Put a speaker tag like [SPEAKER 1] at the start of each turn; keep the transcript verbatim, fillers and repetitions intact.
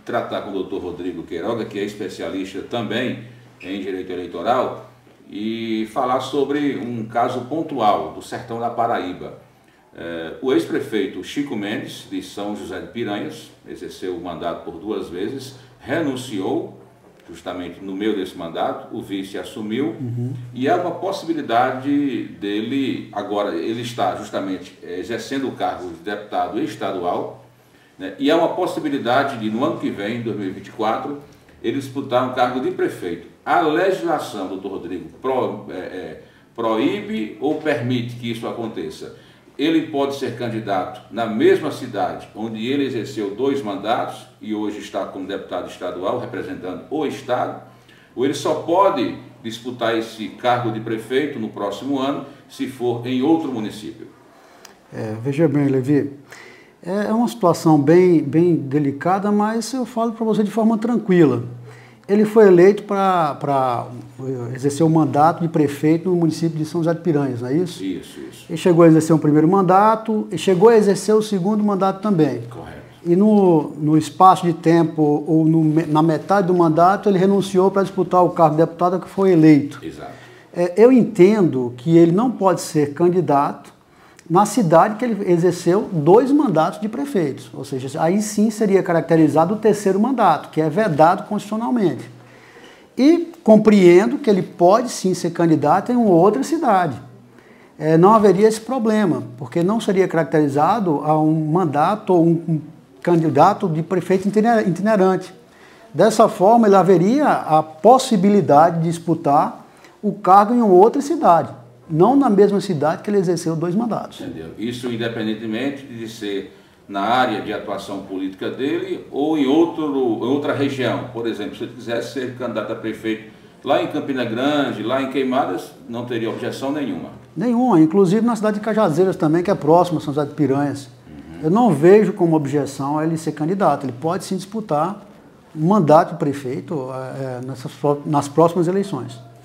[SPEAKER 1] tratar com o doutor Rodrigo Queiroga, que é especialista também em direito eleitoral, e falar sobre um caso pontual do sertão da Paraíba. É, o ex-prefeito Chico Mendes, de São José de Piranhas, exerceu o mandato por duas vezes, renunciou justamente no meio desse mandato, o vice assumiu, uhum. e há uma possibilidade dele, agora ele está justamente exercendo o cargo de deputado estadual, né, e há uma possibilidade de no ano que vem, dois mil e vinte e quatro, ele disputar um cargo de prefeito. A legislação, doutor Rodrigo, pro, é, é, proíbe ou permite que isso aconteça? Ele pode ser candidato na mesma cidade onde ele exerceu dois mandatos e hoje está como deputado estadual, representando o estado, ou ele só pode disputar esse cargo de prefeito no próximo ano se for em outro município?
[SPEAKER 2] É, veja bem, Levi, é uma situação bem, bem delicada, mas eu falo para você de forma tranquila. Ele foi eleito para exercer o mandato de prefeito no município de São José de Piranhas, não é isso?
[SPEAKER 1] Isso, isso.
[SPEAKER 2] Ele chegou a exercer o primeiro mandato e chegou a exercer o segundo mandato também.
[SPEAKER 1] Correto.
[SPEAKER 2] E no, no espaço de tempo, ou no, na metade do mandato, ele renunciou para disputar o cargo de deputado que foi eleito.
[SPEAKER 1] Exato.
[SPEAKER 2] É, eu entendo que ele não pode ser candidato na cidade que ele exerceu dois mandatos de prefeitos. Ou seja, aí sim seria caracterizado o terceiro mandato, que é vedado constitucionalmente. E compreendo que ele pode sim ser candidato em uma outra cidade. É, não haveria esse problema, porque não seria caracterizado a um mandato ou um, um candidato de prefeito itinerante. Dessa forma, ele haveria a possibilidade de disputar o cargo em outra cidade, não na mesma cidade que ele exerceu dois mandatos.
[SPEAKER 1] Entendeu? Isso independentemente de ser na área de atuação política dele ou em, outro, em outra região. Por exemplo, se ele quisesse ser candidato a prefeito lá em Campina Grande, lá em Queimadas, não teria objeção nenhuma.
[SPEAKER 2] Nenhuma, inclusive na cidade de Cajazeiras também, que é próxima a São José de Piranhas. Uhum. Eu não vejo como objeção ele ser candidato. Ele pode sim disputar um mandato de prefeito é, nessas, nas próximas eleições.